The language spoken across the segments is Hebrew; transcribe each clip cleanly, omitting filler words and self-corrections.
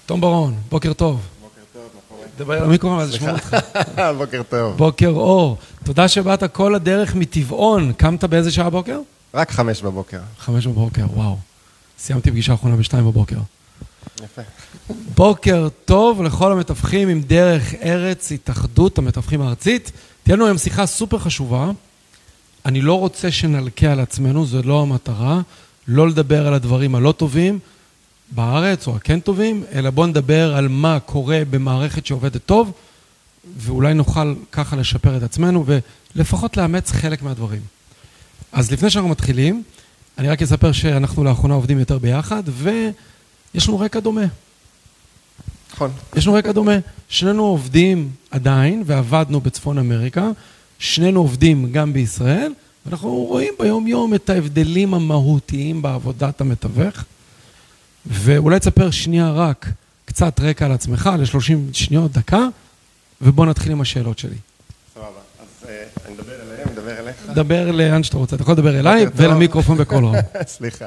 תום ברון, בוקר טוב. בוקר טוב, מה קורה? דבר למיקרופון, אז אשמור אותך. בוקר טוב. בוקר אור. תודה שבאת כל הדרך מטבעון. קמת באיזה שעה בוקר? רק 5 בבוקר. 5 בבוקר, וואו. סיימתי פגישה האחרונה ב2 בבוקר. יפה. בוקר טוב לכל המתווכים עם דרך ארץ, התאחדות המתווכים הארצית. תהיה לנו היום שיחה סופר חשובה. אני לא רוצה שנלקה על עצמנו, זו לא המטרה. לא לדבר על הדברים הלא טובים בארץ או הכן טובים, אלא בוא נדבר על מה קורה במערכת שעובדת טוב, ואולי נוכל ככה לשפר את עצמנו ולפחות לאמץ חלק מהדברים. אז לפני שאנחנו מתחילים, אני רק אספר שאנחנו לאחרונה עובדים יותר ביחד, ויש לנו רקע דומה. נכון. יש לנו רקע דומה. שנינו עובדים עדיין, ועבדנו בצפון אמריקה, שנינו עובדים גם בישראל, ואנחנו רואים ביום יום את ההבדלים המהותיים בעבודת המתווך, ואולי תספר שנייה רק קצת רקע על עצמך, ל-30 שניות, דקה, ובוא נתחיל עם השאלות שלי. סבבה. אז אני מדבר אליהם, מדבר אליך. דבר לאן שאתה רוצה, אתה יכול לדבר אליי ולמיקרופון בכל רם. סליחה.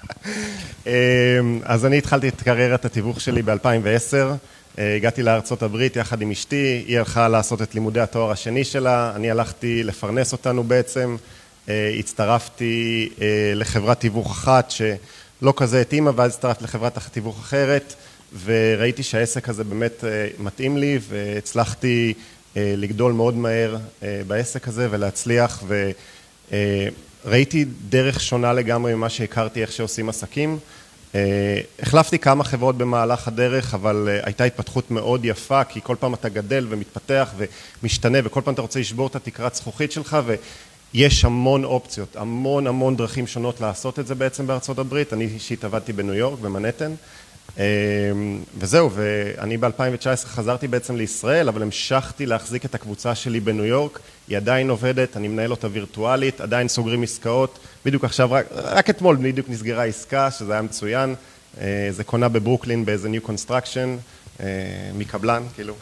אז אני התחלתי את קריירת התיווך שלי ב-2010. הגעתי לארצות הברית יחד עם אשתי, היא הלכה לעשות את לימודי התואר השני שלה, אני הלכתי לפרנס אותנו בעצם, הצטרפתי לחברת תיווך אחת שלא כזה התאימה, ואז הצטרפתי לחברת תיווך אחרת, וראיתי שהעסק הזה באמת מתאים לי, והצלחתי לגדול מאוד מהר בעסק הזה ולהצליח, וראיתי דרך שונה לגמרי ממה שהכרתי איך שעושים עסקים. החלפתי כמה חברות במהלך הדרך, אבל הייתה התפתחות מאוד יפה, כי כל פעם אתה גדל ומתפתח ומשתנה, וכל פעם אתה רוצה לשבור את התקרת זכוכית שלך, ויש המון אופציות, המון דרכים שונות לעשות את זה בעצם בארצות הברית. אני אישית עבדתי בניו יורק, במנהטן, וזהו, ואני ב-2019 חזרתי בעצם לישראל, אבל המשכתי להחזיק את הקבוצה שלי בניו יורק, היא עדיין עובדת, אני מנהל אותה וירטואלית, עדיין סוגרים עסקאות, בדיוק עכשיו, רק אתמול בדיוק נסגרה עסקה, שזה היה מצוין, זה קונה בברוקלין באיזה New Construction, מקבלן, כאילו.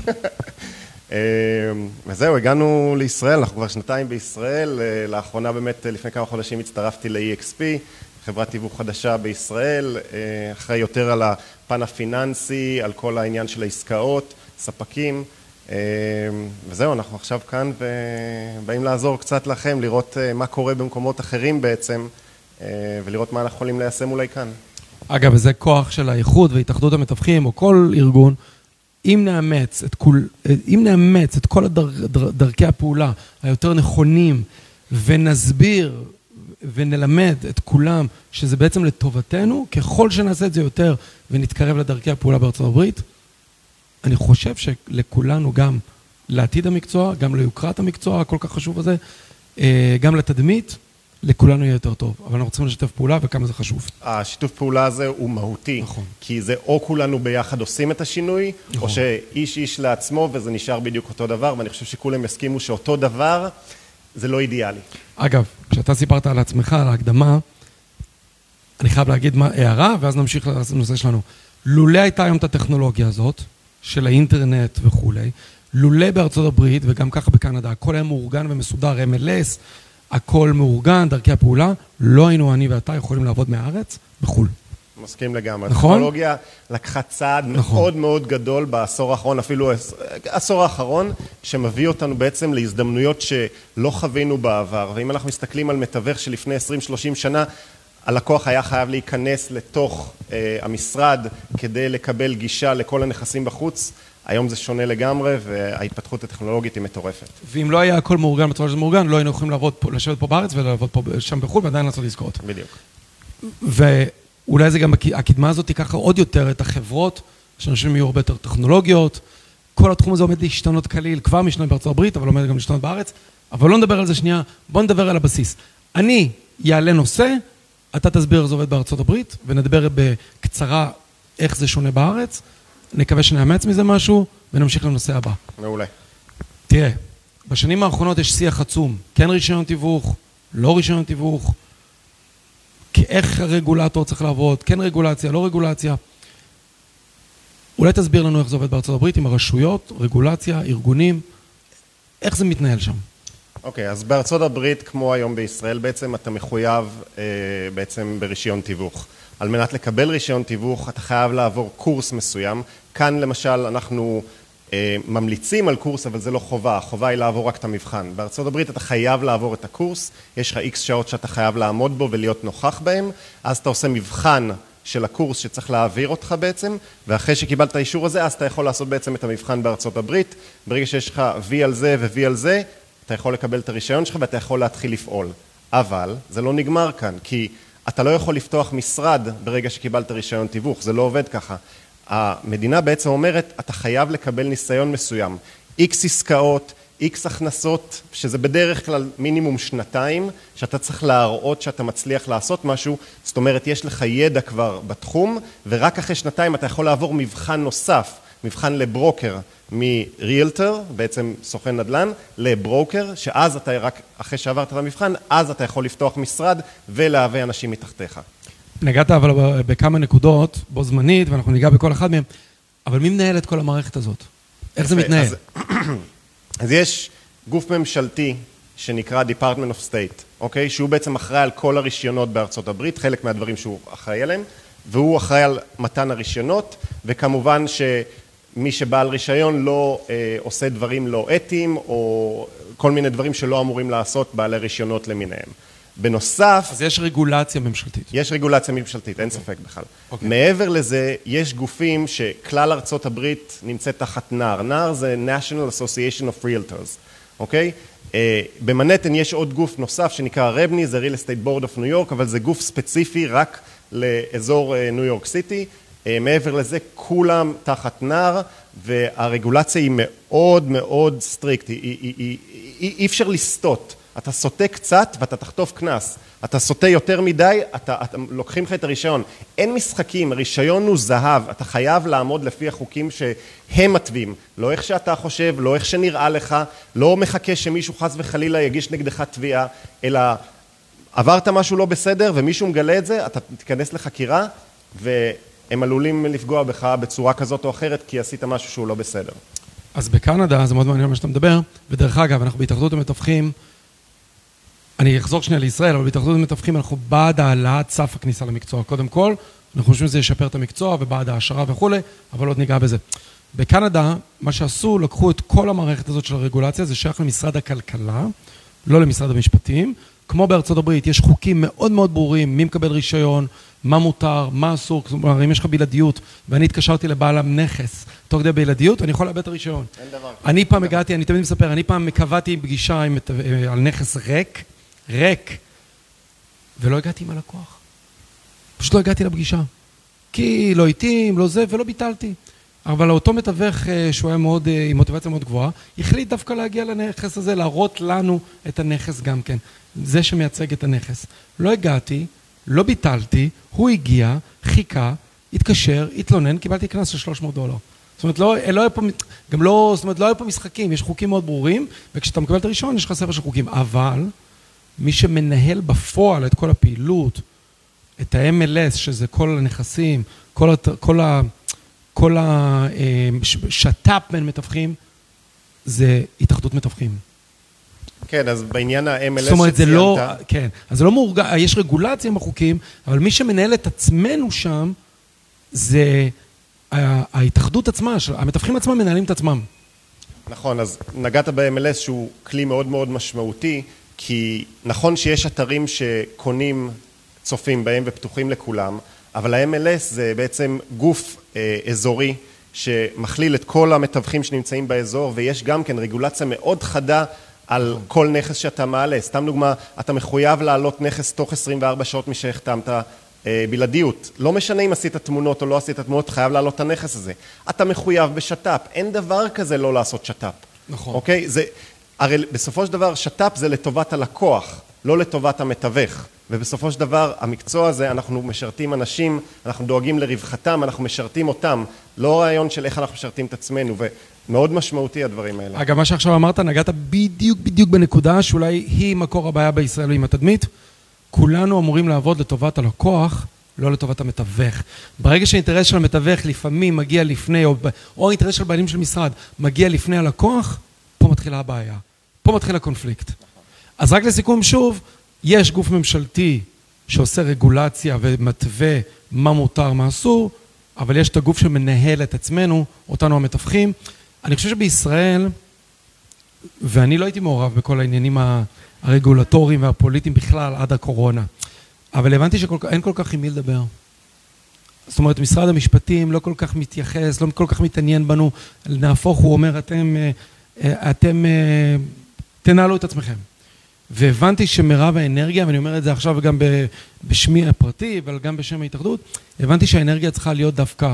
וזהו, הגענו לישראל, אנחנו כבר שנתיים בישראל, לאחרונה באמת, לפני כמה חודשים הצטרפתי ל-EXP, חברת תיווך חדשה בישראל, אחרי יותר על הפן הפיננסי, על כל העניין של העסקאות, ספקים, וזהו, אנחנו עכשיו כאן ובאים לעזור קצת לכם, לראות מה קורה במקומות אחרים בעצם, ולראות מה אנחנו יכולים ליישם אולי כאן. אגב, וזה כוח של האיחוד והתאחדות המתווכים, או כל ארגון, אם נאמץ את כל דרכי הפעולה היותר נכונים, ונסביר ונלמד את כולם שזה בעצם לטובתנו, ככל שנעשה את זה יותר ונתקרב לדרכי הפעולה בארצות הברית, אני חושב שלכולנו גם לעתיד המקצוע, גם ליוקרת המקצוע הכל כך חשוב הזה, גם לתדמית, לכולנו יהיה יותר טוב. אבל אנחנו צריכים לשתף פעולה וכמה זה חשוב. השיתוף פעולה הזה הוא מהותי, נכון. כי זה או כולנו ביחד עושים את השינוי, נכון. או שאיש לעצמו וזה נשאר בדיוק אותו דבר, ואני חושב שכולם יסכימו שאותו דבר זה לא אידיאלי. אגב, כשאתה סיפרת על עצמך, על ההקדמה, אני חייב להגיד מה הערה, ואז נמשיך לנושא שלנו. לולא הייתה היום את הטכנולוגיה הזאת, של האינטרנט וכו', לולא בארצות הברית, וגם ככה בקנדה, הכל היה מאורגן ומסודר, MLS, הכל מאורגן, דרכי הפעולה, לא היינו אני ואתה יכולים לעבוד מהארץ בחו"ל. מסכים לגמרי. נכון? הטכנולוגיה לקחה צעד מאוד מאוד גדול בעשור האחרון, אפילו עשור האחרון, שמביא אותנו בעצם להזדמנויות שלא חווינו בעבר. ואם אנחנו מסתכלים על מתווך שלפני 20-30 שנה, הלקוח היה חייב להיכנס לתוך המשרד כדי לקבל גישה לכל הנכסים בחוץ. היום זה שונה לגמרי, וההתפתחות הטכנולוגית היא מטורפת. ואם לא היה הכל מאורגן בצורה שזה מאורגן, לא היינו יכולים לשבת פה בארץ ולעבוד פה שם בחו"ל, ועדיין לעשות עסקאות. בדיוק. ואולי זה גם, הקדמה הזאת תיקח עוד יותר את החברות, שאנשים יהיו הרבה יותר טכנולוגיות, כל התחום הזה עומד להשתנות כליל, כבר משנה בארצות הברית, אבל עומד גם להשתנות בארץ, אבל לא נדבר על זה שנייה, בוא נדבר על הבסיס. אני יעלה נושא, אתה תסביר איך זה עובד בארצות הברית, ונדבר בקצרה איך זה שונה בארץ, נקווה שנאמץ מזה משהו, ונמשיך לנושא הבא. מעולה. תראה, בשנים האחרונות יש שיח עצום, כן רישיון תיווך, לא רישיון תיווך, איך הרגולטור צריך לעבוד, כן רגולציה, לא רגולציה. אולי תסביר לנו איך זה עובד בארצות הברית, עם הרשויות, רגולציה, ארגונים, איך זה מתנהל שם? אוקיי, אז בארצות הברית, כמו היום בישראל, בעצם אתה מחויב בעצם ברישיון תיווך. על מנת לקבל רישיון תיווך, אתה חייב לעבור קורס מסוים. כאן למשל אנחנו ממליצים על קורס, אבל זה לא חובה. החובה היא לעבור רק את המבחן. בארצות הברית אתה חייב לעבור את הקורס, יש לך X שעות שאתה חייב לעמוד בו ולהיות נוכח בהם, אז אתה עושה מבחן של הקורס שצריך להעביר אותך בעצם, ואחרי שקיבלת האישור הזה, אז אתה יכול לעשות בעצם את המבחן בארצות הברית. ברגע שיש לך V על זה ו-V על זה, אתה יכול לקבל את הרישיון שלך ואתה יכול להתחיל לפעול. אבל זה לא נגמר כאן, כי אתה לא יכול לפתוח משרד ברגע שקיבלת רישיון תיווך, זה לא עובד ככה. המדינה בעצם אומרת, אתה חייב לקבל ניסיון מסוים. X עסקאות, X הכנסות, שזה בדרך כלל מינימום 2, שאתה צריך להראות שאתה מצליח לעשות משהו, זאת אומרת, יש לך ידע כבר בתחום, ורק אחרי 2 אתה יכול לעבור מבחן נוסף, מבחן לברוקר מריאלטר, בעצם סוכן נדל"ן, לברוקר, שאז אתה רק, אחרי שעברת את המבחן, אז אתה יכול לפתוח משרד ולהביא אנשים מתחתיך. נגעת אבל בכמה נקודות, בו זמנית, ואנחנו ניגע בכל אחד מהם, אבל מי מנהל את כל המערכת הזאת? איך זה מתנהל? אז יש גוף ממשלתי שנקרא Department of State, אוקיי? שהוא בעצם אחראי על כל הרישיונות בארצות הברית, חלק מהדברים שהוא אחראי עליהם, והוא אחראי על מתן הרישיונות, וכמובן שמי שבעל רישיון לא עושה דברים לא אתיים, או כל מיני דברים שלא אמורים לעשות בעלי רישיונות למיניהם. בנוסף... אז יש רגולציה ממשלתית. יש רגולציה ממשלתית, אין ספק בכלל. מעבר לזה, יש גופים שכלל ארצות הברית נמצאת תחת נער. נער זה National Association of Realtors, אוקיי? במנהטן יש עוד גוף נוסף שנקרא רבני, זה Real Estate Board of New York, אבל זה גוף ספציפי רק לאזור ניו יורק סיטי. מעבר לזה, כולם תחת נער, והרגולציה היא מאוד מאוד סטריקט, אי אפשר לסטות. אתה סוטה קצת ואתה תחטוף כנס. אתה סוטה יותר מדי, לוקחים לך את הרישיון. אין משחקים, הרישיון הוא זהב. אתה חייב לעמוד לפי החוקים שהם מתווים. לא איך שאתה חושב, לא איך שנראה לך, לא מחכה שמישהו חס וחלילה יגיש נגדך תביעה, אלא עברת משהו לא בסדר ומישהו מגלה את זה, אתה תיכנס לחקירה והם עלולים לפגוע בך בצורה כזאת או אחרת כי עשית משהו שהוא לא בסדר. אז בקנדה, זה מאוד מעניין מה שאתה מדבר, ודרך אגב, אנחנו בהתאחדות המתווכים, אני אחזור שנייה לישראל, אבל בהתאחדות המתווכים אנחנו בעד העלאת סף הכניסה למקצוע. קודם כל, אנחנו חושבים שזה ישפר את המקצוע ובעד ההשערה וכו', אבל עוד ניגע בזה. בקנדה, מה שעשו, לקחו את כל המערכת הזאת של הרגולציה, זה שייך למשרד הכלכלה, לא למשרד המשפטים. כמו בארצות הברית, יש חוקים מאוד מאוד ברורים, מי מקבל רישיון, מה מותר, מה אסור, כלומר, אם יש לך בלעדיות, ואני התקשרתי לבעל הנכס, תוך כדי בלעדיות, אני יכול לאבד את הרישיון. אני פעם הגעתי, אני תמיד מספר, אני פעם קבעתי פגישה על נכס ריק, ולא הגעתי עם הלקוח. פשוט לא הגעתי לפגישה. כי לא התאים, לא זה, ולא ביטלתי. אבל אותו מתווך שהוא היה מאוד, עם מוטיבציה מאוד גבוהה, החליט דווקא להגיע לנכס הזה, להראות לנו את הנכס גם כן. זה שמייצג את הנכס. לא הגעתי, לא ביטלתי, הוא הגיע, חיכה, התקשר, התלונן, קיבלתי קנס של $300. זאת אומרת, לא היה פה, גם לא, זאת אומרת, לא היה פה משחקים, יש חוקים מאוד ברורים, וכשאתה מקבל את הראשון, יש לך ספר של חוקים. אבל מי שמנהל בפועל את כל הפעילות, את ה-MLS, שזה כל הנכסים, כל השת"פ בין מתווכים, זה התאחדות מתווכים. כן, אז בעניין ה-MLS זאת אומרת, זה לא, כן, אז זה לא מורגע, יש רגולציה עם החוקים, אבל מי שמנהל את עצמנו שם, זה ההתאחדות עצמה, המתווכים עצמם מנהלים את עצמם. נכון, אז נגעת ב-MLS שהוא כלי מאוד מאוד משמעותי, כי נכון שיש אתרים שקונים צופים בהם ופתוחים לכולם, אבל ה-MLS זה בעצם גוף אזורי שמכליל את כל המתווכים שנמצאים באזור, ויש גם כן רגולציה מאוד חדה על כל נכס שאתה מעלה. סתם דוגמה, אתה מחויב לעלות נכס תוך 24 שעות משהחתמת בלעדיות. לא משנה אם עשית תמונות או לא עשית תמונות, חייב לעלות את הנכס הזה. אתה מחויב בשת"פ. אין דבר כזה לא לעשות שת"פ. נכון. אוקיי? הרי בסופו של דבר שת"פ זה לטובת הלקוח, לא לטובת המתווך. ובסופו של דבר, המקצוע הזה, אנחנו משרתים אנשים, אנחנו דואגים לרווחתם, אנחנו משרתים אותם. לא רעיון של איך אנחנו משרתים את עצמנו, ומאוד משמעותי הדברים האלה. אגב, מה שעכשיו אמרת, נגעת בדיוק בנקודה, שאולי היא מקור הבעיה בישראל עם התדמית. כולנו אמורים לעבוד לטובת הלקוח, לא לטובת המתווך. ברגע שהאינטרס של המתווך לפעמים מגיע לפני, או האינטרס של בעלים של משרד מגיע לפני הלקוח, פה מתחילה הבעיה. פה מתחיל הקונפליקט. אז רק לסיכום שוב, יש גוף ממשלתי שעושה רגולציה ומתווה מה מותר, מה אסור, אבל יש את הגוף שמנהל את עצמנו, אותנו המתווכים. אני חושב שבישראל, ואני לא הייתי מעורב בכל העניינים הרגולטוריים והפוליטיים בכלל עד הקורונה, אבל הבנתי שאין כל כך עם מי לדבר. זאת אומרת, משרד המשפטים לא כל כך מתייחס, לא כל כך מתעניין בנו, נהפוך, הוא אומר, אתם תנהלו את עצמכם. והבנתי שמרב האנרגיה, ואני אומר את זה עכשיו גם בשמי הפרטי, אבל גם בשם ההתאחדות, הבנתי שהאנרגיה צריכה להיות דווקא,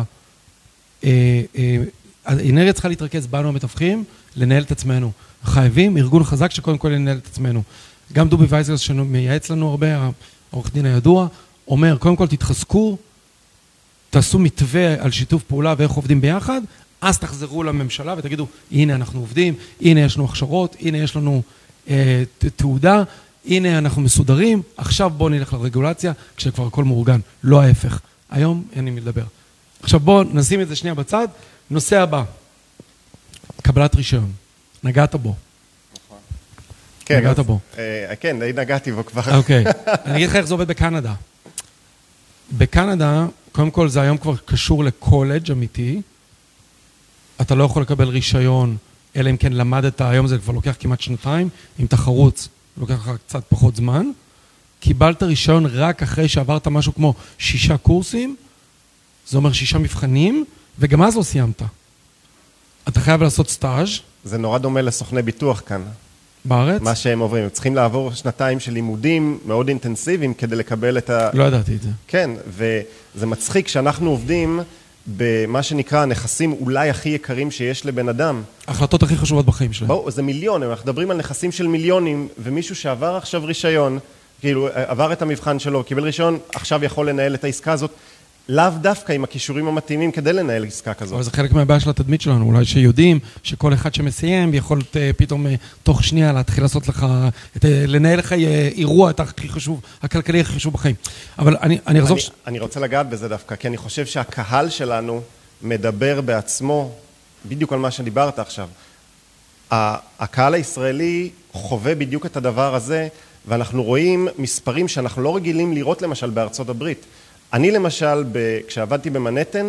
האנרגיה צריכה להתרכז בנו המתווכים, לנהל את עצמנו. חייבים ארגון חזק שקודם כל לנהל את עצמנו. גם דובי וייזר שמייעץ לנו הרבה, העורך דין הידוע, אומר, קודם כל תתחזקו, תעשו מתווה על שיתוף פעולה ואיך עובדים ביחד, אז תחזרו לממשלה ותגידו, הנה אנחנו עובדים, הנה יש לנו הכשרות, הנה יש לנו תעודה, הנה אנחנו מסודרים, עכשיו בואו נלך לרגולציה, כשכבר הכל מאורגן, לא ההפך. היום אין לי מדבר. עכשיו בואו נשים את זה שנייה בצד, נושא הבא, קבלת רישיון. נגעת בו. כן, נגעת בו. כן, נגעתי בו כבר. אוקיי, אני אגיד לך איך זה עובד בקנדה. בקנדה, קודם כל זה היום כבר קשור לקולג' אמיתי, אתה לא יכול לקבל רישיון, אלא אם כן למדת, היום זה כבר לוקח כמעט 2, אם אתה חרוץ, לוקח לך קצת פחות זמן, קיבלת רישיון רק אחרי שעברת משהו כמו 6 קורסים, זה אומר 6 מבחנים, וגם אז לא סיימת. אתה חייב לעשות סטאז'. זה נורא דומה לסוכני ביטוח כאן. בארץ? מה שהם עוברים. הם צריכים לעבור 2 של לימודים מאוד אינטנסיביים כדי לקבל את ה... לא ידעתי את זה. כן, וזה מצחיק שאנחנו עובדים במה שנקרא הנכסים אולי הכי יקרים שיש לבן אדם. ההחלטות הכי חשובות בחיים שלהם. בואו, זה מיליונים, אנחנו מדברים על נכסים של מיליונים, ומישהו שעבר עכשיו רישיון, כאילו עבר את המבחן שלו, קיבל רישיון, עכשיו יכול לנהל את העסקה הזאת, לאו דווקא עם הכישורים המתאימים כדי לנהל עסקה כזאת. אבל זה חלק מהבעיה של התדמית שלנו, אולי שיודעים שכל אחד שמסיים יכול פתאום תוך שנייה להתחיל לעשות לך, לנהל לך אירוע את הכי חשוב, הכלכלי הכי חשוב בחיים. אבל אני אחזור... אני רוצה לגעת בזה דווקא, כי אני חושב שהקהל שלנו מדבר בעצמו, בדיוק על מה שדיברת עכשיו. הקהל הישראלי חווה בדיוק את הדבר הזה, ואנחנו רואים מספרים שאנחנו לא רגילים לראות למשל בארצות הברית. אני למשל, כשעבדתי במנהטן,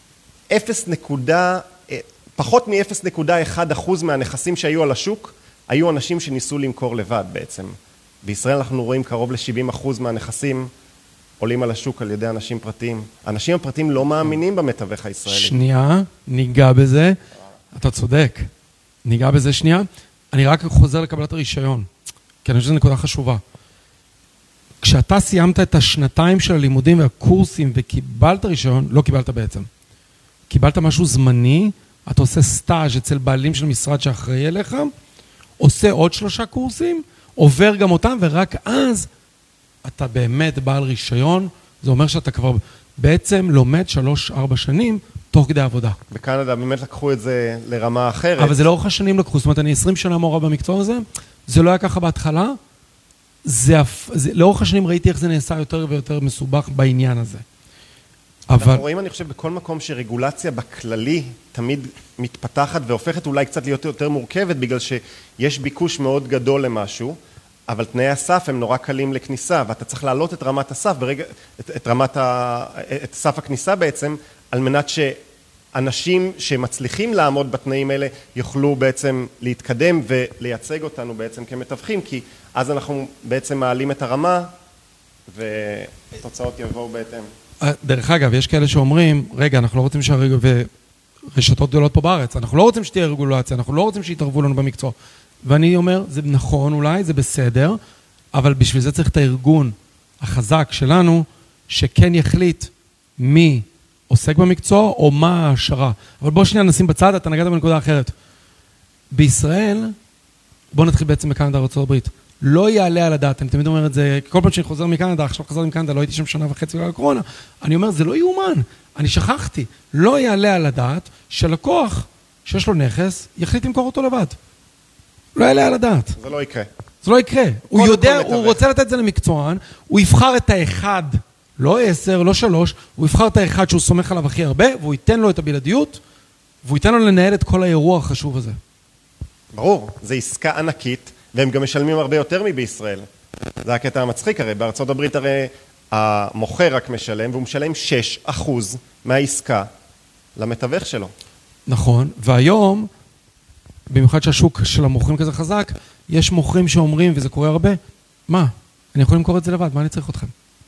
פחות מ-0.1% מהנכסים שהיו על השוק, היו אנשים שניסו למכור לבד בעצם. בישראל אנחנו רואים קרוב ל-70% מהנכסים עולים על השוק על ידי אנשים פרטיים. האנשים הפרטיים לא מאמינים במתווך הישראלי. שנייה, ניגע בזה. אתה צודק. ניגע בזה שנייה. אני רק חוזר לקבלת הרישיון, כי אני חושב שזו נקודה חשובה. כשאתה סיימת את 2 של הלימודים והקורסים וקיבלת רישיון, לא קיבלת בעצם. קיבלת משהו זמני, אתה עושה סטאז' אצל בעלים של משרד שאחראי אליך, עושה עוד 3 קורסים, עובר גם אותם, ורק אז אתה באמת בעל רישיון, זה אומר שאתה כבר בעצם לומד 3-4 שנים תוך כדי עבודה. בקנדה באמת לקחו את זה לרמה אחרת. אבל זה לאורך השנים לקחו, זאת אומרת, אני 20 שנה מעורב במקצוע הזה, זה לא היה ככה בהתחלה, לאורך השנים ראיתי איך זה נעשה יותר ויותר מסובך בעניין הזה. אנחנו רואים, אני חושב, בכל מקום שרגולציה בכללי תמיד מתפתחת והופכת אולי קצת להיות יותר מורכבת, בגלל שיש ביקוש מאוד גדול למשהו, אבל תנאי הסף הם נורא קלים לכניסה, ואתה צריך להעלות את רמת הסף, את סף הכניסה בעצם, על מנת שאנשים שמצליחים לעמוד בתנאים האלה, יוכלו בעצם להתקדם ולייצג אותנו בעצם כמתווכים, כי אז אנחנו בעצם מעלים את הרמה, ותוצאות יבואו בהתאם. דרך אגב, יש כאלה שאומרים, רגע, אנחנו לא רוצים ורשתות גדולות פה בארץ, אנחנו לא רוצים שתהיה רגולציה, אנחנו לא רוצים שיתערבו לנו במקצוע. ואני אומר, זה נכון אולי, זה בסדר, אבל בשביל זה צריך את הארגון החזק שלנו, שכן יחליט מי עוסק במקצוע או מה ההשערה. אבל בוא שנייה נשים בצד, אתה נגעת בנקודה אחרת. בישראל, בוא נתחיל בעצם בקנדה, ארצות הברית. לא יעלה על הדעת, אני תמיד אומר את זה, כל פעם שאני חוזר מקנדה, עכשיו חזרתי מקנדה, לא הייתי שם 1.5 שנה בגלל הקורונה, אני אומר, זה לא יאומן, אני שכחתי, לא יעלה על הדעת שלקוח שיש לו נכס, יחליט למכור אותו לבד. לא יעלה על הדעת. זה לא יקרה. זה לא יקרה. הוא יודע, הוא רוצה לתת את זה למקצוען, הוא יבחר את האחד, לא 10, לא 3, הוא יבחר את האחד שהוא סומך עליו הכי הרבה, והוא ייתן לו את הבלעדיות, והוא ייתן לו לנהל את כל האירוע החשוב הזה. ברור, זה עסקה ענקית, והם גם משלמים הרבה יותר מבישראל. זה הקטע המצחיק, הרי בארצות הברית הרי המוכר רק משלם, והוא משלם 6% מהעסקה למתווך שלו. נכון, והיום, במיוחד שהשוק של המוכרים כזה חזק, יש מוכרים שאומרים, וזה קורה הרבה, מה? אני יכול למכור את זה לבד, מה אני צריך אתכם?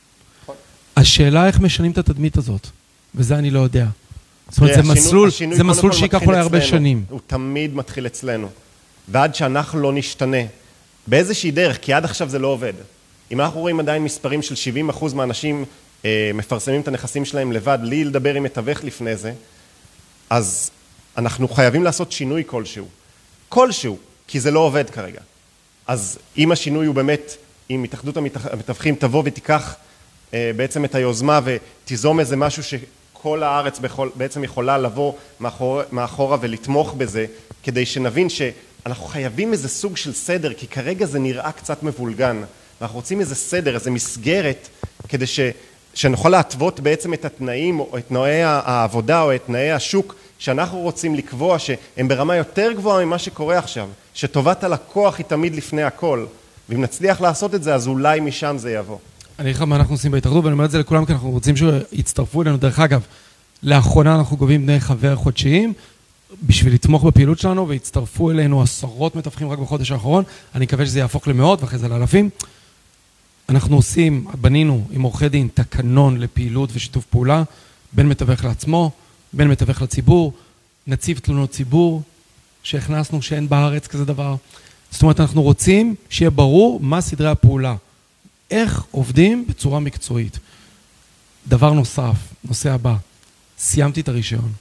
השאלה איך משנים את התדמית הזאת, וזה אני לא יודע. זאת אומרת, זה מסלול שיקח אולי הרבה שנים. הוא תמיד מתחיל אצלנו. ועד שאנחנו לא נשתנה, באיזושהי דרך, כי עד עכשיו זה לא עובד. אם אנחנו רואים עדיין מספרים של 70% מהאנשים מפרסמים את הנכסים שלהם לבד, לי לדבר עם מתווך לפני זה, אז אנחנו חייבים לעשות שינוי כלשהו, כי זה לא עובד כרגע. אז אם השינוי הוא באמת, אם התאחדות המתווכים תבוא ותיקח בעצם את היוזמה ותיזום איזה משהו שכל הארץ בעצם יכולה לבוא מאחורה ולתמוך בזה, כדי שנבין שאנחנו חייבים איזה סוג של סדר, כי כרגע זה נראה קצת מבולגן. ואנחנו רוצים איזה סדר, איזה מסגרת, כדי שנוכל להתוות בעצם את התנאים, או את תנאי העבודה, או את תנאי השוק, שאנחנו רוצים לקבוע שהם ברמה יותר גבוהה ממה שקורה עכשיו, שטובת הלקוח היא תמיד לפני הכל, ואם נצליח לעשות את זה, אז אולי משם זה יבוא. אני אגיד לך מה אנחנו עושים בהתאחדות, ואני אומר את זה לכולם, כי אנחנו רוצים שיצטרפו אלינו. דרך אגב, לאחרונה אנחנו גובים דמי חבר חודשיים, בשביל לתמוך בפעילות שלנו, והצטרפו אלינו עשרות מתווכים רק בחודש האחרון. אני מקווה שזה יהפוך למאות, ואחרי זה לאלפים. אנחנו עושים, בנינו עם עורכי דין תקנון לפעילות ושיתוף פעולה, בין מתווך לעצמו, בין מתווך לציבור, נציב תלונות ציבור, שהכנסנו שאין בארץ כזה דבר. זאת אומרת, אנחנו רוצים שיהיה ברור מה סדרי הפעולה, איך עובדים בצורה מקצועית. דבר נוסף, נושא הבא, סיימתי את הרישיון.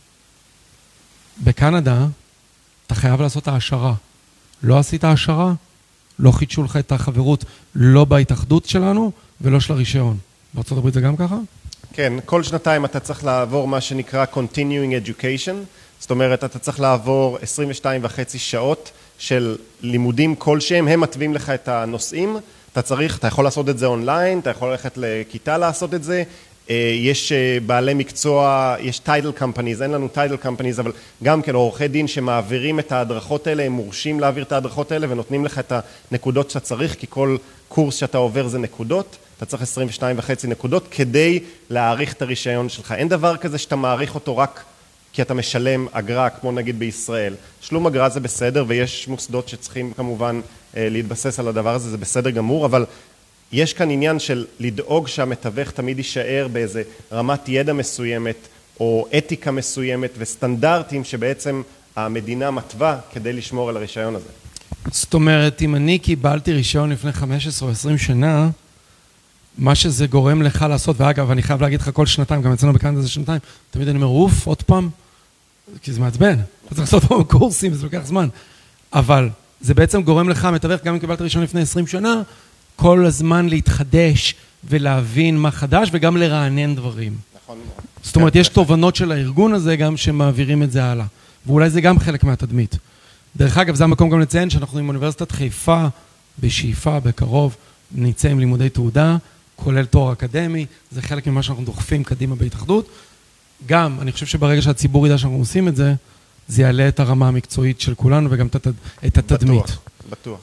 בקנדה, אתה חייב לעשות העשרה. לא עשית העשרה, לא חידשו לך את החברות, לא בהתאחדות שלנו ולא של הרישיון. בארצות הברית זה גם ככה? כן, כל שנתיים אתה צריך לעבור מה שנקרא Continuing Education, זאת אומרת, אתה צריך לעבור 22.5 שעות של לימודים כלשהם, הם מתווים לך את הנושאים, אתה יכול לעשות את זה אונליין, אתה יכול ללכת לכיתה לעשות את זה, יש בעלי מקצוע, יש טייטל קמפניז, אין לנו טייטל קמפניז, אבל גם כן עורכי דין שמעבירים את ההדרכות האלה, הם מורשים להעביר את ההדרכות האלה ונותנים לך את הנקודות שאתה צריך, כי כל קורס שאתה עובר זה נקודות, אתה צריך 22.5 נקודות כדי להאריך את הרישיון שלך. אין דבר כזה שאתה מעריך אותו רק כי אתה משלם אגרה, כמו נגיד בישראל. שלום אגרה זה בסדר, ויש מוסדות שצריכים כמובן להתבסס על הדבר הזה, זה בסדר גמור, אבל יש כאן עניין של לדאוג שהמתווך תמיד יישאר באיזה רמת ידע מסוימת, או אתיקה מסוימת, וסטנדרטים שבעצם המדינה מתווה כדי לשמור על הרישיון הזה. זאת אומרת, אם אני קיבלתי רישיון לפני 15 או 20 שנה, מה שזה גורם לך לעשות, ואגב, אני חייב להגיד לך כל שנתיים, גם אצלנו בקנדה זה שנתיים, תמיד אני אומר, אוף, עוד פעם, כי זה מעצבן, אתה צריך לעשות פעם קורסים, זה לוקח זמן, אבל זה בעצם גורם לך, מתווך, גם אם קיבלת רישיון לפני 20 שנה, כל הזמן להתחדש ולהבין מה חדש, וגם לרענן דברים. נכון. זאת אומרת, יש תובנות של הארגון הזה גם שמעבירים את זה הלאה, ואולי זה גם חלק מהתדמית. דרך אגב, זה המקום גם לציין שאנחנו עם אוניברסיטת חיפה, בשאיפה, בקרוב, נצא עם לימודי תעודה, כולל תואר אקדמי, זה חלק ממה שאנחנו דוחפים קדימה בהתאחדות. גם, אני חושב שברגע שהציבור ידע שאנחנו עושים את זה, זה יעלה את הרמה המקצועית של כולנו וגם את התדמית. בטוח.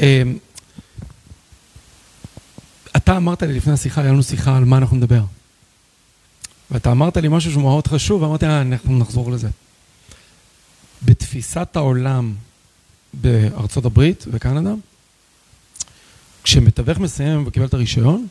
אתה אמרת לי לפני השיחה, היה לנו שיחה על מה אנחנו נדבר. ואתה אמרת לי משהו שהוא מאוד חשוב, ואמרתי, אנחנו נחזור לזה. בתפיסת העולם בארצות הברית וקנדה, כשמתווך מסיים וקיבל את הרישיון,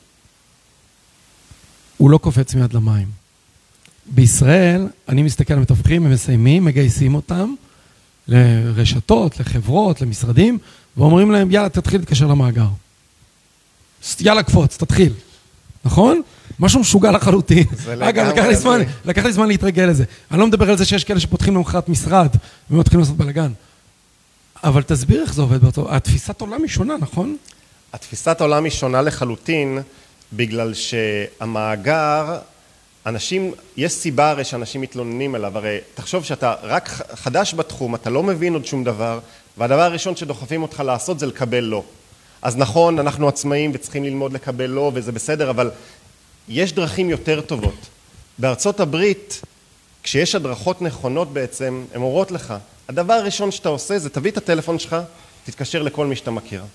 הוא לא קופץ מיד למים. בישראל, אני מסתכל על מתווכים, הם מסיימים, מגייסים אותם לרשתות, לחברות, למשרדים, ואומרים להם, יאללה, תתחיל להתקשר למאגר. יאללה, קפוץ, תתחיל. נכון? משהו משוגע לחלוטין. אגב, לקח לי זמן להתרגל לזה. אני לא מדבר על זה שיש כאלה שפותחים למחרת משרד, ומתחילים לעשות בלגן. אבל תסביר איך זה עובד באותו. התפיסת עולם היא שונה, נכון? התפיסת עולם היא שונה לחלוטין, בגלל שהמאגר, אנשים, יש סיבה הרי שאנשים מתלוננים עליו, הרי תחשוב שאתה רק חדש בתחום, אתה לא מבין עוד שום דבר, והדבר הראשון שדוחפים אותך לעשות זה לקבל לא. אז נכון, אנחנו עצמאים וצריכים ללמוד לקבל לא, וזה בסדר, אבל יש דרכים יותר טובות. בארצות הברית, כשיש הדרכות נכונות בעצם, הן אומרות לך, הדבר הראשון שאתה עושה זה תביא את הטלפון שלך, תתקשר לכל מי שאתה מכיר.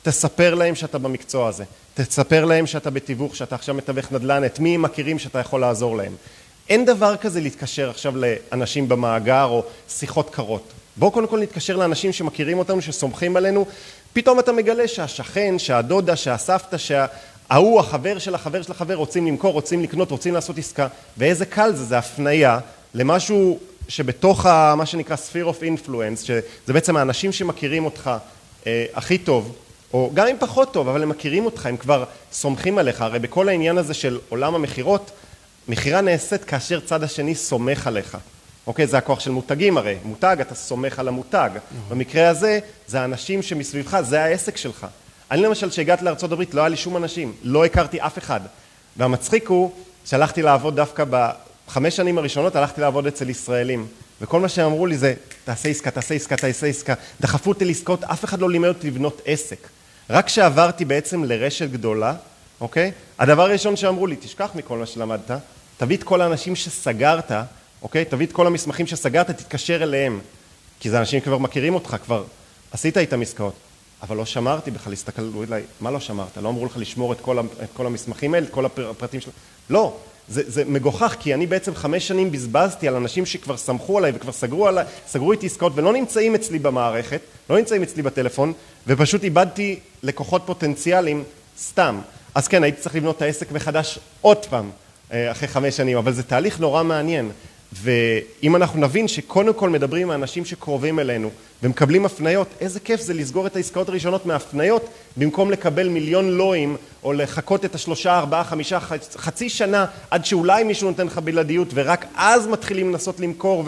תספר להם שאתה במקצוע הזה. תספר להם שאתה בתיווך, שאתה עכשיו מתווך נדל"ן, את מי הם מכירים שאתה יכול לעזור להם. אין דבר כזה להתקשר עכשיו לאנשים במאגר או שיחות קרות. בואו קודם כל נתקשר לאנשים שמכירים אותנו, שסומכים עלינו. פתאום אתה מגלה שהשכן, שהדודה, שהסבתא, שההוא, החבר של החבר של החבר, רוצים למכור, רוצים לקנות, רוצים לעשות עסקה. ואיזה קל זה, זה הפנייה למשהו שבתוך מה שנקרא sphere of influence, שזה בעצם האנשים שמכירים אותך הכי טוב, או גם אם פחות טוב, אבל הם מכירים אותך, הם כבר סומכים עליך. הרי בכל העניין הזה של עולם המחירות, מחירה נעשית כאשר צד השני סומך עליך. אוקיי, זה הכוח של מותגים הרי. מותג, אתה סומך על המותג. במקרה הזה, זה האנשים שמסביבך, זה העסק שלך. אני למשל, שהגעתי לארצות הברית, לא היה לי שום אנשים. לא הכרתי אף אחד. והמצחיק הוא, שהלכתי לעבוד דווקא ב5 שנים הראשונות, הלכתי לעבוד אצל ישראלים. וכל מה שהם אמרו לי זה, תעשה עסקה, תעשה עסקה, תעשה עסקה. דחפו אותי לעסקות, אף אחד לא לימד אותי לבנות עסק. רק שעברתי בעצם לרשת גדולה, אוקיי? הדבר הראשון שאמרו לי, תשכח מכל מה שלמדת, תביא את כל האנשים שסגרת, אוקיי? תביא את כל המסמכים שסגרת, תתקשר אליהם. כי זה אנשים כבר מכירים אותך, כבר עשית איתם עסקאות. אבל לא שמרתי בכלל, הסתכלו אליי, מה לא שמרת? לא אמרו לך לשמור את כל המסמכים האלה, את כל הפרטים שלו? לא, זה מגוחך, כי אני בעצם 5 שנים בזבזתי על אנשים שכבר סמכו עליי וכבר סגרו איתי עסקאות ולא נמצאים אצלי במערכת, לא נמצאים אצלי בטלפון, ופשוט איבדתי לקוחות פוטנציאליים סתם. אז כן, הייתי צריך לבנות את העסק מחדש עוד פעם, אחרי 5 שנים, אבל זה תהליך נורא מעניין. ואם אנחנו נבין שקודם כל מדברים עם האנשים שקרובים אלינו ומקבלים הפניות, איזה כיף זה לסגור את העסקאות הראשונות מהפניות במקום לקבל מיליון לואים או לחכות את 3, 4, 5, חצי שנה עד שאולי מישהו נותן לך בלעדיות ורק אז מתחילים לנסות למכור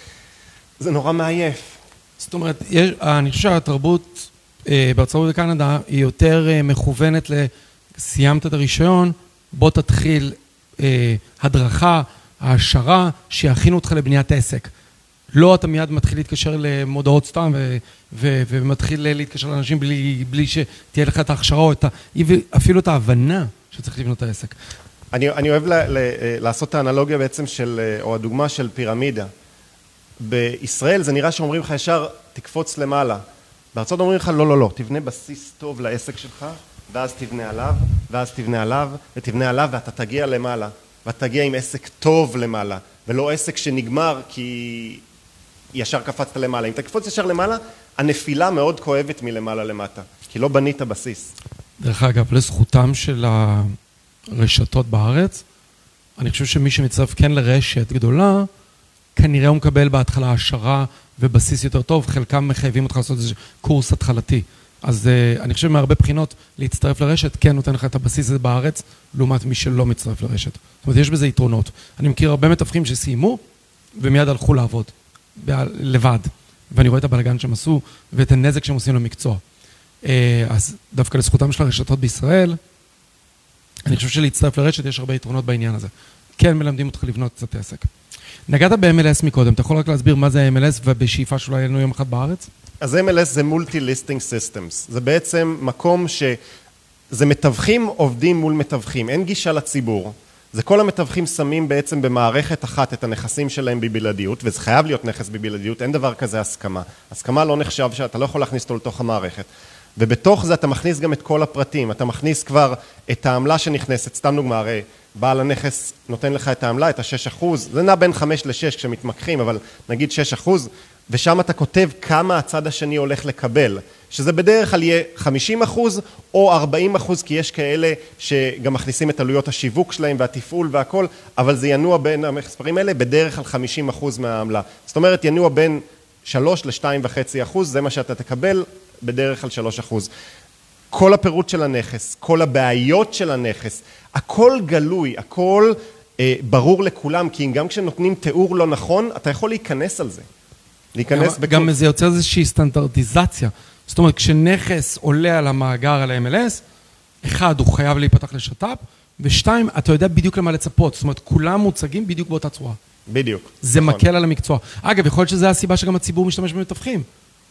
וזה נורא מעייף. זאת אומרת, אני חושב שהתרבות בארצות הברית בקנדה היא יותר מכוונת סיימת את הרישיון, בוא תתחיל הדרכה, העשרה, שיכינו אותך לבניית עסק. לא אתה מיד מתחיל להתקשר למודעות סתם ומתחיל להתקשר לאנשים בלי שתהיה לך את ההכשרה או אפילו את ההבנה שצריך לבנות את העסק. אני אוהב לעשות את האנלוגיה בעצם או הדוגמה של פירמידה. בישראל זה נראה שאומרים לך ישר תקפוץ למעלה. בארצות אומרים לך לא, תבנה בסיס טוב לעסק שלך ואז תבנה עליו, ואז תבנה עליו, ותבנה עליו, ואתה תגיע למעלה. ואתה תגיע עם עסק טוב למעלה, ולא עסק שנגמר כי ישר קפצת למעלה. אם תקפוץ ישר למעלה, הנפילה מאוד כואבת מלמעלה למטה, כי לא בנית בסיס. דרך אגב, לזכותם של הרשתות בארץ, אני חושב שמי שמצטרף כן לרשת גדולה, כנראה הוא מקבל בהתחלה השערה ובסיס יותר טוב, חלקם מחייבים אותך לעשות איזה קורס התחלתי. אז אני חושב מהרבה בחינות להצטרף לרשת, כן נותן לך את הבסיס הזה בארץ, לעומת מי שלא מצטרף לרשת. זאת אומרת, יש בזה יתרונות. אני מכיר הרבה מתווכים שסיימו, ומיד הלכו לעבוד, לבד. ואני רואה את הבלגן שהם עשו, ואת הנזק שהם עושים למקצוע. אז דווקא לזכותם של הרשתות בישראל, אני חושב שלהצטרף לרשת יש הרבה יתרונות בעניין הזה. כן מלמדים אותך לבנות קצת עסק. נגעת ב-MLS מקודם, אתה יכול רק להסביר מה זה MLS, ובשאיפה שאולי יהיה לנו יום אחד בארץ? אז MLS זה Multi-Listing Systems. זה בעצם מקום שזה מתווכים עובדים מול מתווכים. אין גישה לציבור. זה כל המתווכים שמים בעצם במערכת אחת את הנכסים שלהם בבלעדיות, וזה חייב להיות נכס בבלעדיות, אין דבר כזה הסכמה. הסכמה לא נחשב שאתה לא יכול להכניס אותו לתוך המערכת. ובתוך זה אתה מכניס גם את כל הפרטים. אתה מכניס כבר את העמלה שנכנסת, סתם דוגמה, הרי בעל הנכס נותן לך את העמלה, את ה-6%, זה נע בין 5 ל-6 כשמתמקחים, אבל נגיד 6%, ושם אתה כותב כמה הצד השני הולך לקבל, שזה בדרך כלל יהיה 50% או 40%, כי יש כאלה שגם מכניסים את עלויות השיווק שלהם והתפעול והכל, אבל זה ינוע בין המספרים האלה בדרך כלל 50% מהעמלה. זאת אומרת, ינוע בין 3 ל-2.5%, זה מה שאתה תקבל בדרך כלל 3%. כל הפירוט של הנכס, כל הבעיות של הנכס, הכל גלוי, הכל ברור לכולם, כי גם כשנותנים תיאור לא נכון, אתה יכול להיכנס על זה. גם זה יוצר איזושהי סטנדרטיזציה. זאת אומרת, כשנכס עולה על המאגר, על ה-MLS, אחד, הוא חייב להיפתח לשת"פ, ושתיים, אתה יודע בדיוק למה לצפות. זאת אומרת, כולם מוצגים בדיוק באותה צורה. בדיוק. זה מקל על המקצוע. אגב, יכול להיות שזה הסיבה שגם הציבור משתמש במתווכים.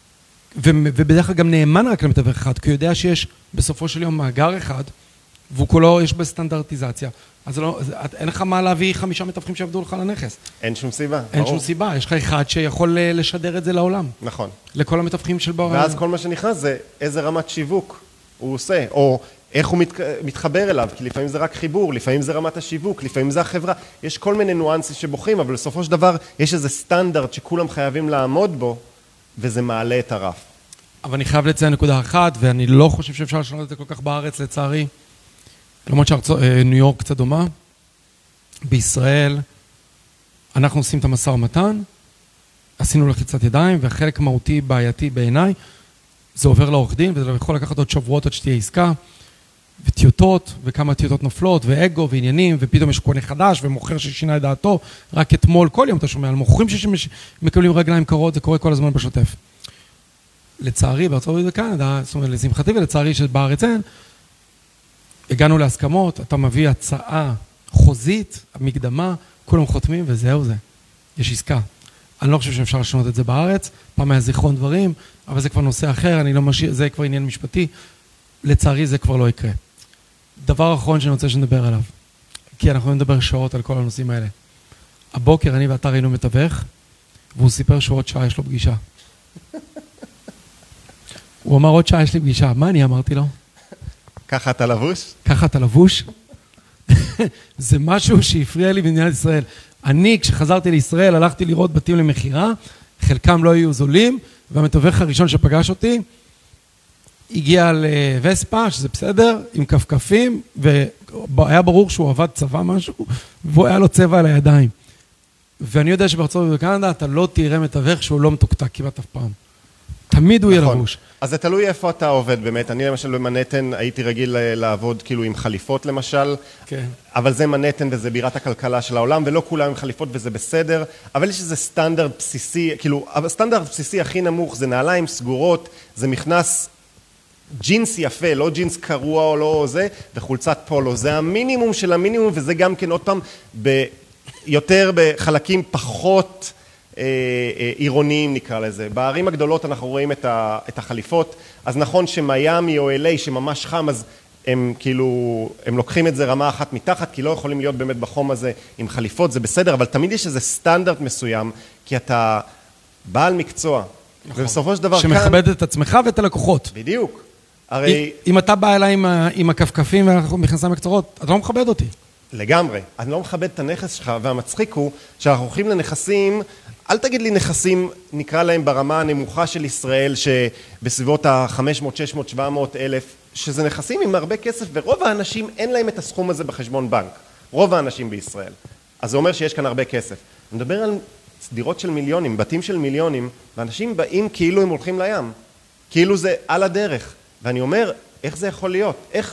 ובדרך כלל גם נאמן רק למתווך אחד, כי הוא יודע שיש בסופו של יום מאגר אחד, והוא כולו יש בסטנדרטיזציה. אז אין לך מה להביא 5 מתווכים שעבדו לך לנכס. אין שום סיבה. אין שום סיבה, יש לך אחד שיכול לשדר את זה לעולם. נכון. לכל המתווכים של בעולם. ואז כל מה שנכנס זה איזה רמת שיווק הוא עושה, או איך הוא מתחבר אליו, כי לפעמים זה רק חיבור, לפעמים זה רמת השיווק, לפעמים זה החברה, יש כל מיני ניואנסים שבוחרים, אבל בסופו של דבר יש איזה סטנדרט שכולם חייבים לעמוד בו, וזה מעלה את הרף. אבל אני חייב לציין נקודה אחת, ואני לא חושב שאפשר לשנות את זה כל כך בארץ, לצערי. למרות שניו יורק קצת דומה. בישראל, אנחנו עושים את המשא ומתן, עשינו לחיצת ידיים, והחלק מהותי בעייתי בעיניי, זה עובר לעורך דין, וזה יכול לקחת עוד שבועות עד שתהיה עסקה, וטיוטות, וכמה טיוטות נופלות, ואגו, ועניינים, ופתאום יש קונה חדש, ומוכר ששינה את דעתו, רק אתמול, כל יום אתה שומע, על מוכרים שמקבלים רגליים קרות, זה קורה כל הזמן בשוטף. לצערי, בארצות הברית וקנדה, זאת אומרת, לשמחתי ולצערי שבארץ אין, הגענו להסכמות, אתה מביא הצעה חוזית, מקדמה, כולם חותמים, וזהו זה. יש עסקה. אני לא חושב שאפשר לשנות את זה בארץ, פעם היה זיכרון דברים, אבל זה כבר נושא אחר, אני לא משאיר, זה כבר עניין משפטי, לצערי זה כבר לא יקרה. דבר אחרון שאני רוצה שנדבר עליו, כי אנחנו נדבר שעות על כל הנושאים האלה. הבוקר אני ואתה ראינו מתווך, והוא סיפר שעוד שעה יש לו פגישה. הוא אמר עוד שעה יש לי פגישה, מה אני אמרתי לו? ככה אתה לבוש? ככה אתה לבוש? זה משהו שהפריע לי במדינת ישראל. אני, כשחזרתי לישראל, הלכתי לראות בתים למחירה, חלקם לא היו זולים, והמתווך הראשון שפגש אותי, הגיע לווספה, שזה בסדר, עם כפכפים, והיה ברור שהוא עבד צבא משהו, והוא היה לו צבע על הידיים. ואני יודע שבארצות הברית ובקנדה, אתה לא תראה מתווך שהוא לא מתוקתק כמעט אף פעם. תמיד הוא יהיה לבוש. אז זה תלוי איפה אתה עובד באמת. אני למשל במנהטן הייתי רגיל לעבוד כאילו עם חליפות למשל, כן. אבל זה מנהטן וזה בירת הכלכלה של העולם, ולא כולם עם חליפות וזה בסדר, אבל יש איזה סטנדרט בסיסי, כאילו, הסטנדרט הבסיסי הכי נמוך זה נעליים סגורות, זה מכנס ג'ינס יפה, לא ג'ינס קרוע או לא זה, וחולצת פולו. זה המינימום של המינימום, וזה גם כן עוד פעם יותר בחלקים פחות עירוניים נקרא לזה. בערים הגדולות אנחנו רואים את החליפות, אז נכון שמיימי או LA שממש חם, אז הם כאילו, הם לוקחים את זה רמה אחת מתחת, כי לא יכולים להיות באמת בחום הזה עם חליפות, זה בסדר, אבל תמיד יש איזה סטנדרט מסוים, כי אתה בעל מקצוע, נכון. ובסופו של דבר שמכבד את עצמך ואת הלקוחות. בדיוק. הרי אם אתה בא אליי עם הכפכפים ומכנסיים הקצרות, אתה לא מכבד אותי. לגמרי. אני לא מכבד את הנכס שלך, והמצחיק הוא שאנחנו הולכים לנכסים, אל תגיד לי נכסים, נקרא להם ברמה הנמוכה של ישראל, שבסביבות ה-500, 600, 700 אלף, שזה נכסים עם הרבה כסף, ורוב האנשים אין להם את הסכום הזה בחשבון בנק. רוב האנשים בישראל. אז זה אומר שיש כאן הרבה כסף. אני מדבר על דירות של מיליונים, בתים של מיליונים, ואנשים באים כאילו הם הולכים לים. כאילו זה על הדרך. ואני אומר, איך זה יכול להיות?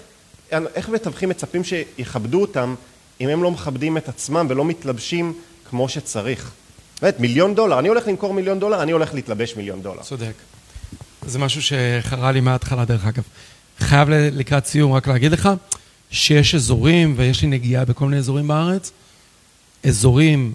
איך מתווכים מצפים שיכבדו אותם, אם הם לא מכבדים את עצמם ולא מתלבשים כמו שצריך? באמת, $1,000,000, אני הולך למכור $1,000,000, אני הולך להתלבש $1,000,000. צודק. זה משהו שחרה לי מההתחלה דרך אגב. חייב לקראת סיום רק להגיד לך, שיש אזורים, ויש לי נגיעה בכל מיני אזורים בארץ, אזורים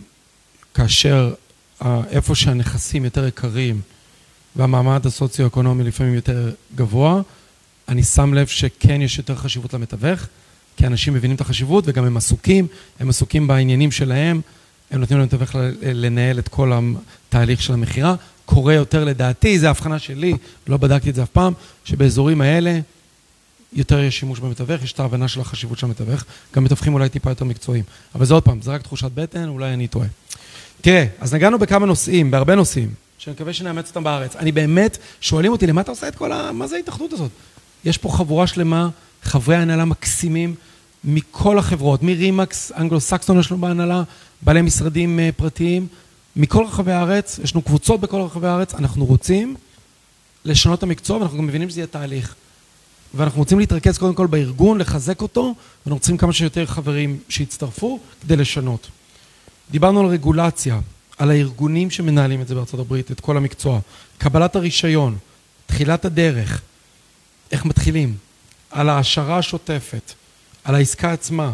כאשר איפה שהנכסים יותר יקרים, והמעמד הסוציו-אקונומי לפעמים יותר גבוה, אני שם לב שכן יש יותר חשיבות למתווך, כי אנשים מבינים את החשיבות וגם הם עסוקים בעניינים שלהם, הם נותנים למתווך לנהל את כל התהליך של המחירה. קורה יותר לדעתי, זה ההבחנה שלי, לא בדקתי את זה אף פעם, שבאזורים האלה יותר יש שימוש במתווך, יש את ההבנה של החשיבות של המתווך, גם מתווכים אולי טיפה יותר מקצועיים. אבל זה עוד פעם, זה רק תחושת בטן, אולי אני טועה. תראה, אז נגענו בכמה נושאים, בהרבה נושאים, שאני מקווה שנאמץ אותם בארץ. אני באמת, שואלים אותי, למה אתה עושה את כל מה זה ההתאחדות הזאת? יש פה חבורה שלמה, חברי ההנהלה מקסימים, מכל החברות, מרימקס, אנגלו-סקסון יש לנו בהנהלה, בעלי משרדים פרטיים, מכל רחבי הארץ, יש לנו קבוצות בכל רחבי הארץ, אנחנו רוצים לשנות את המקצוע, ואנחנו גם מבינים שזה יהיה תהליך. ואנחנו רוצים להתרכז קודם כל בארגון, לחזק אותו, ואנחנו רוצים כמה שיותר חברים שיצטרפו כדי לשנות. דיברנו על רגולציה, על הארגונים שמנהלים את זה בארצות הברית, את כל המקצוע, קבלת הרישיון, תחילת הדרך, איך מתחילים, על ההשערה השוטפת, על העסקה עצמה,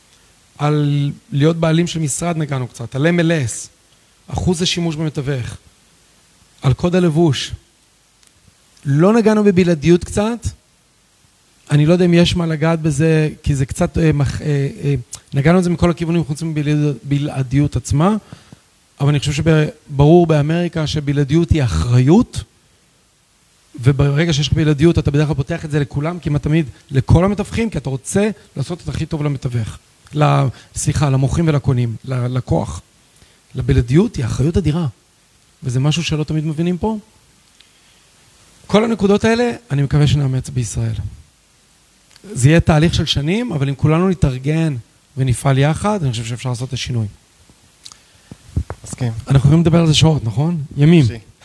על להיות בעלים של משרד נגענו קצת, על MLS, אחוז השימוש במתווך, על קוד הלבוש. לא נגענו בבלעדיות קצת, אני לא יודע אם יש מה לגעת בזה, כי זה קצת, נגענו את זה מכל הכיוונים חוץ מבלעדיות עצמה, אבל אני חושב שברור באמריקה שבלעדיות היא אחריות, וברגע שיש לך בלעדיות, אתה בדרך כלל פותח את זה לכולם, כמעט תמיד לכל המתווכים, כי אתה רוצה לעשות את הכי טוב למתווך. למוכרים ולקונים, ללקוח. לבלעדיות היא אחריות אדירה, וזה משהו שלא תמיד מבינים פה. כל הנקודות האלה, אני מקווה שנאמץ בישראל. זה יהיה תהליך של שנים, אבל אם כולנו נתארגן ונפעל יחד, אני חושב שאפשר לעשות את השינוי. מסכים. אנחנו יכולים לדבר על זה שעות, נכון? ימים.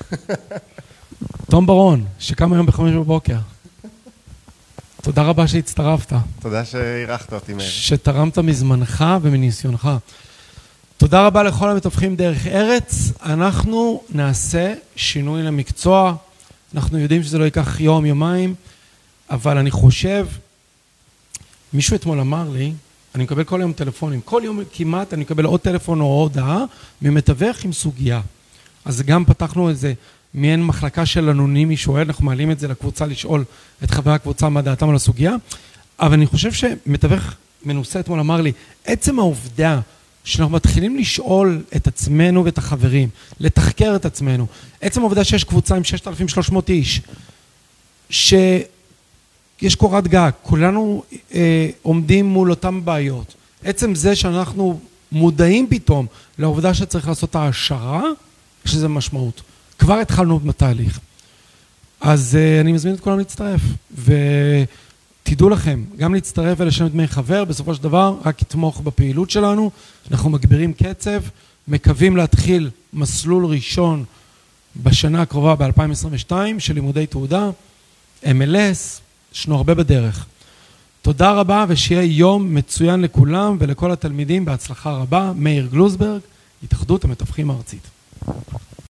תום ברון, שקם היום ב5 בבוקר. תודה רבה שהצטרפת. תודה שהירחת אותי, מאיר. שתרמת מזמנך ומניסיונך. תודה רבה לכל המתווכים דרך ארץ. אנחנו נעשה שינוי למקצוע. אנחנו יודעים שזה לא ייקח יום, יומיים, אבל אני חושב, מישהו אתמול אמר לי, אני מקבל כל יום טלפונים, כל יום כמעט אני מקבל עוד טלפון או הודעה ממתווך עם סוגיה. אז גם פתחנו איזה מעין מחלקה של אנונימי שואל, אנחנו מעלים את זה לקבוצה לשאול את חברי הקבוצה מה דעתם על הסוגיה, אבל אני חושב שמתווך מנוסה אתמול אמר לי, עצם העובדה שאנחנו מתחילים לשאול את עצמנו ואת החברים, לתחקר את עצמנו, עצם העובדה שיש קבוצה עם 6,300 איש, שיש קורת גג, כולנו עומדים מול אותם בעיות, עצם זה שאנחנו מודעים פתאום לעובדה שצריך לעשות את ההשערה, שזה משמעות. כבר התחלנו בתהליך. אז אני מזמין את כולם להצטרף, ותדעו לכם, גם להצטרף ולשלם דמי חבר, בסופו של דבר רק יתמוך בפעילות שלנו, אנחנו מגבירים קצב, מקווים להתחיל מסלול ראשון בשנה הקרובה ב-2022 של לימודי תעודה, MLS, ישנו הרבה בדרך. תודה רבה ושיהיה יום מצוין לכולם ולכל התלמידים בהצלחה רבה. מאיר גלוזברג, התאחדות המתווכים הארצית.